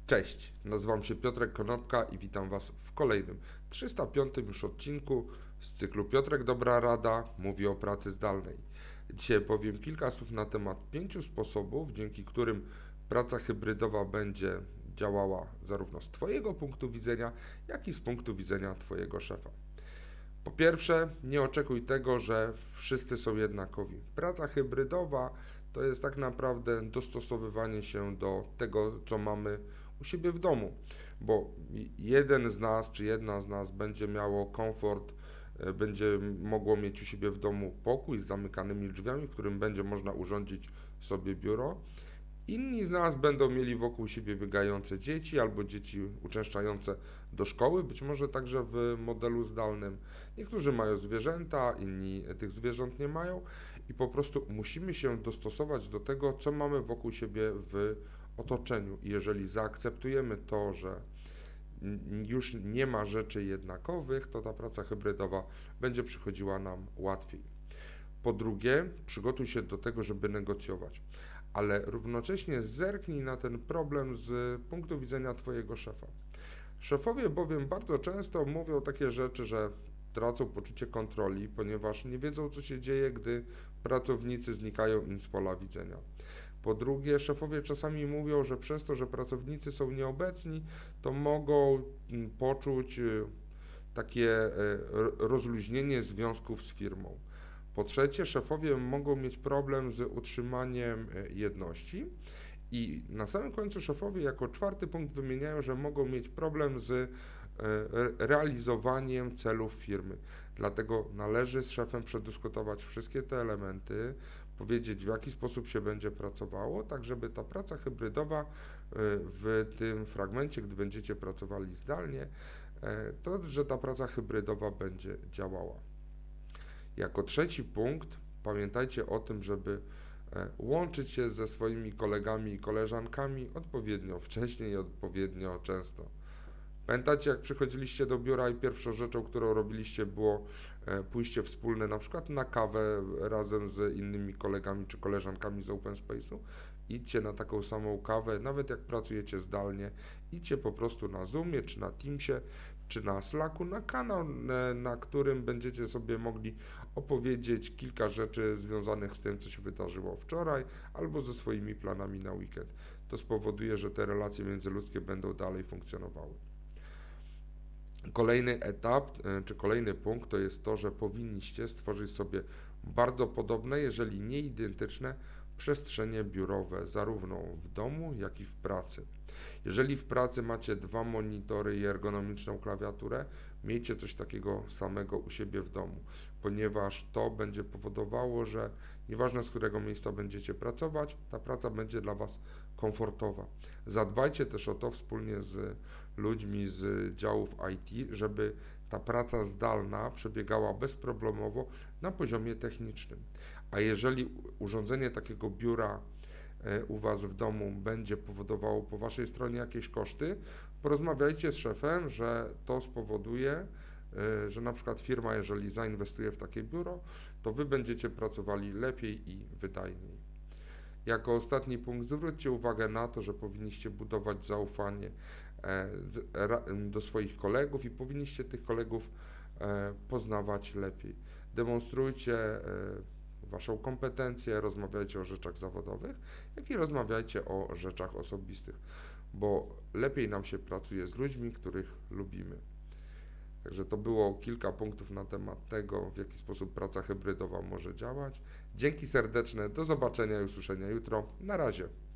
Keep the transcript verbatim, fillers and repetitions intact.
Cześć, nazywam się Piotrek Konopka i witam Was w kolejnym, trzysta piątym już odcinku z cyklu Piotrek Dobra Rada mówi o pracy zdalnej. Dzisiaj powiem kilka słów na temat pięciu sposobów, dzięki którym praca hybrydowa będzie działała zarówno z Twojego punktu widzenia, jak i z punktu widzenia Twojego szefa. Po pierwsze, nie oczekuj tego, że wszyscy są jednakowi. Praca hybrydowa to jest tak naprawdę dostosowywanie się do tego, co mamy u siebie w domu, bo jeden z nas czy jedna z nas będzie miało komfort, e, będzie mogło mieć u siebie w domu pokój z zamykanymi drzwiami, w którym będzie można urządzić sobie biuro. Inni z nas będą mieli wokół siebie biegające dzieci albo dzieci uczęszczające do szkoły, być może także w modelu zdalnym. Niektórzy mają zwierzęta, inni tych zwierząt nie mają i po prostu musimy się dostosować do tego, co mamy wokół siebie w otoczeniu. I jeżeli zaakceptujemy to, że już nie ma rzeczy jednakowych, to ta praca hybrydowa będzie przychodziła nam łatwiej. Po drugie, przygotuj się do tego, żeby negocjować, ale równocześnie zerknij na ten problem z punktu widzenia Twojego szefa. Szefowie bowiem bardzo często mówią takie rzeczy, że tracą poczucie kontroli, ponieważ nie wiedzą, co się dzieje, gdy pracownicy znikają im z pola widzenia. Po drugie, szefowie czasami mówią, że przez to, że pracownicy są nieobecni, to mogą poczuć takie rozluźnienie związków z firmą. Po trzecie, szefowie mogą mieć problem z utrzymaniem jedności i na samym końcu szefowie jako czwarty punkt wymieniają, że mogą mieć problem z realizowaniem celów firmy. Dlatego należy z szefem przedyskutować wszystkie te elementy, powiedzieć w jaki sposób się będzie pracowało, tak żeby ta praca hybrydowa w tym fragmencie, gdy będziecie pracowali zdalnie, to że ta praca hybrydowa będzie działała. Jako trzeci punkt pamiętajcie o tym, żeby łączyć się ze swoimi kolegami i koleżankami odpowiednio wcześnie i odpowiednio często. Pamiętacie, jak przychodziliście do biura i pierwszą rzeczą, którą robiliście, było pójście wspólne na przykład na kawę razem z innymi kolegami czy koleżankami z Open Space'u? Idźcie na taką samą kawę, nawet jak pracujecie zdalnie, idźcie po prostu na Zoomie, czy na Teamsie, czy na Slacku, na kanał, na którym będziecie sobie mogli opowiedzieć kilka rzeczy związanych z tym, co się wydarzyło wczoraj, albo ze swoimi planami na weekend. To spowoduje, że te relacje międzyludzkie będą dalej funkcjonowały. Kolejny etap, czy kolejny punkt to jest to, że powinniście stworzyć sobie bardzo podobne, jeżeli nie identyczne, przestrzenie biurowe, zarówno w domu, jak i w pracy. Jeżeli w pracy macie dwa monitory i ergonomiczną klawiaturę, miejcie coś takiego samego u siebie w domu, ponieważ to będzie powodowało, że nieważne z którego miejsca będziecie pracować, ta praca będzie dla Was komfortowa. Zadbajcie też o to wspólnie z ludźmi z działów I T, żeby ta praca zdalna przebiegała bezproblemowo na poziomie technicznym. A jeżeli urządzenie takiego biura u Was w domu będzie powodowało po Waszej stronie jakieś koszty, porozmawiajcie z szefem, że to spowoduje, że na przykład firma, jeżeli zainwestuje w takie biuro, to Wy będziecie pracowali lepiej i wydajniej. Jako ostatni punkt zwróćcie uwagę na to, że powinniście budować zaufanie do swoich kolegów i powinniście tych kolegów poznawać lepiej. Demonstrujcie Waszą kompetencję, rozmawiajcie o rzeczach zawodowych, jak i rozmawiajcie o rzeczach osobistych, bo lepiej nam się pracuje z ludźmi, których lubimy. Także to było kilka punktów na temat tego, w jaki sposób praca hybrydowa może działać. Dzięki serdeczne, do zobaczenia i usłyszenia jutro. Na razie.